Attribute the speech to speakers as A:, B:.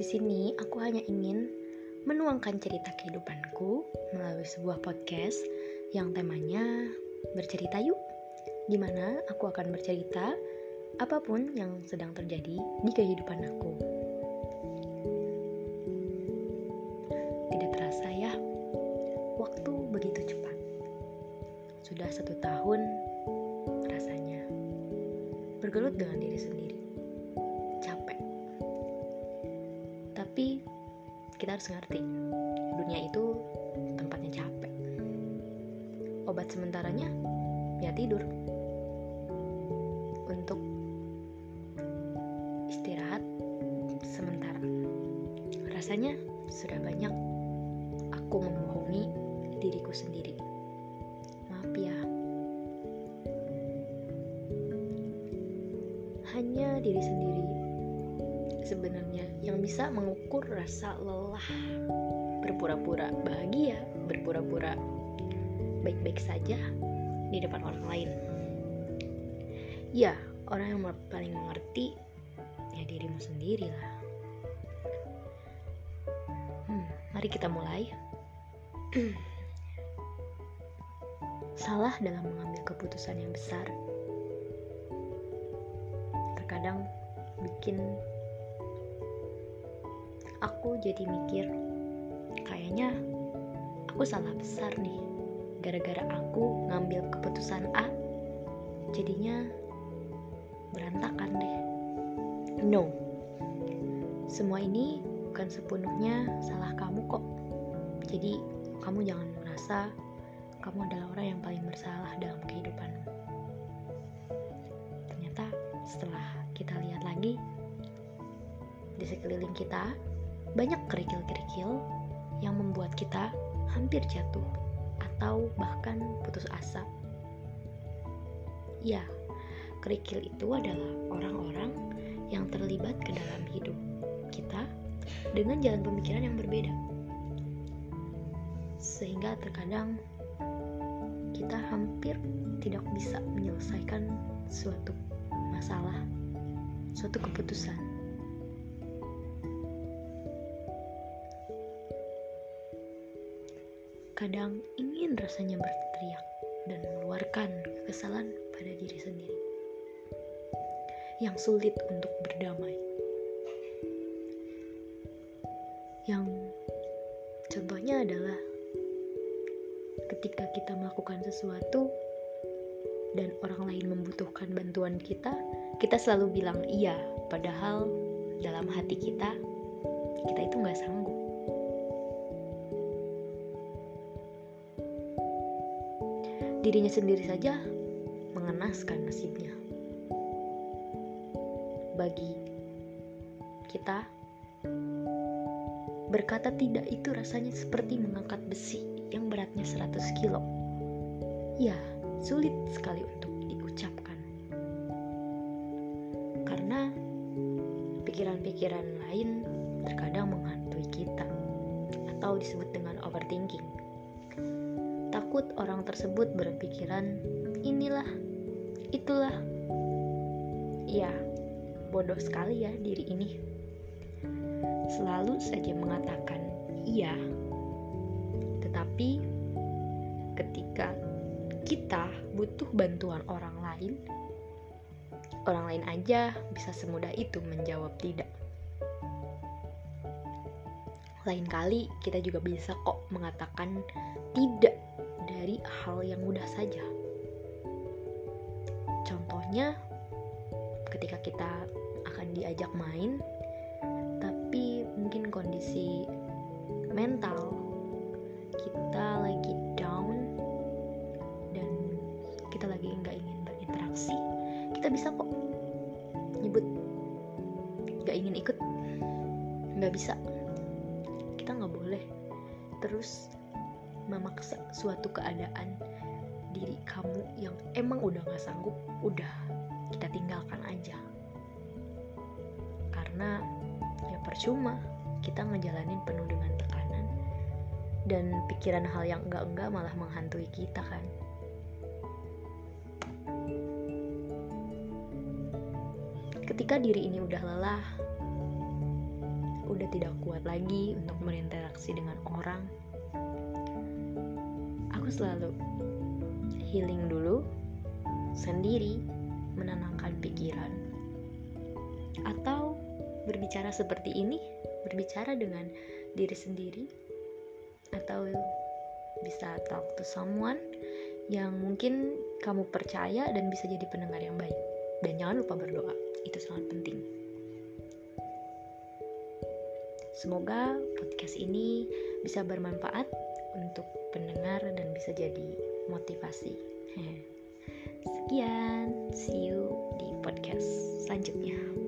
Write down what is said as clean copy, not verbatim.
A: Di sini aku hanya ingin menuangkan cerita kehidupanku melalui sebuah podcast yang temanya bercerita yuk, di mana aku akan bercerita apapun yang sedang terjadi di kehidupan aku. Tidak terasa ya, waktu begitu cepat. Sudah 1 tahun rasanya bergelut dengan diri sendiri. Capek. Tapi kita harus ngerti, dunia itu tempatnya capek. Obat sementaranya ya tidur. Untuk istirahat sementara. Rasanya sudah banyak aku membohongi diriku sendiri. Maaf ya. Hanya diri sendiri sebenarnya yang bisa mengukur rasa lelah, berpura-pura bahagia, berpura-pura baik-baik saja di depan orang lain. Ya, orang yang paling mengerti ya dirimu sendiri lah. Mari kita mulai. Salah dalam mengambil keputusan yang besar terkadang bikin aku jadi mikir, kayaknya aku salah besar nih. Gara-gara aku ngambil keputusan A, jadinya berantakan deh. No, semua ini bukan sepenuhnya salah kamu kok. Jadi kamu jangan merasa kamu adalah orang yang paling bersalah dalam kehidupanmu. Ternyata setelah kita lihat lagi, di sekeliling kita banyak kerikil-kerikil yang membuat kita hampir jatuh atau bahkan putus asa. Ya, kerikil itu adalah orang-orang yang terlibat ke dalam hidup kita dengan jalan pemikiran yang berbeda. Sehingga terkadang kita hampir tidak bisa menyelesaikan suatu masalah, suatu keputusan. Kadang ingin rasanya berteriak dan mengeluarkan kekesalan pada diri sendiri yang sulit untuk berdamai. Yang contohnya adalah ketika kita melakukan sesuatu dan orang lain membutuhkan bantuan kita selalu bilang iya, padahal dalam hati kita itu gak sanggup. Dirinya sendiri saja mengenaskan nasibnya. Bagi kita, berkata tidak itu rasanya seperti mengangkat besi yang beratnya 100 kilo. Ya, sulit sekali untuk diucapkan. Karena pikiran-pikiran lain terkadang menghantui kita, atau disebut dengan overthinking. Takut orang tersebut berpikiran inilah, itulah. Ya, bodoh sekali ya diri ini. Selalu saja mengatakan iya, tetapi ketika kita butuh bantuan orang lain aja bisa semudah itu menjawab tidak. Lain kali kita juga bisa kok mengatakan tidak dari hal yang mudah saja. Contohnya ketika kita akan diajak main, tapi mungkin kondisi mental kita lagi down dan kita lagi nggak ingin berinteraksi, kita bisa kok nyebut nggak ingin ikut, nggak bisa. Kita nggak boleh terus memaksa suatu keadaan diri kamu yang emang udah nggak sanggup, udah kita tinggalkan aja. Karena ya percuma kita ngejalanin penuh dengan tekanan dan pikiran hal yang enggak malah menghantui kita kan. Ketika diri ini udah lelah, aku udah tidak kuat lagi untuk berinteraksi dengan orang, aku selalu healing dulu sendiri, menenangkan pikiran, atau berbicara seperti ini, berbicara dengan diri sendiri, atau bisa talk to someone yang mungkin kamu percaya dan bisa jadi pendengar yang baik. Dan jangan lupa berdoa, itu sangat penting. Semoga podcast ini bisa bermanfaat untuk pendengar dan bisa jadi motivasi. Sekian, see you di podcast selanjutnya.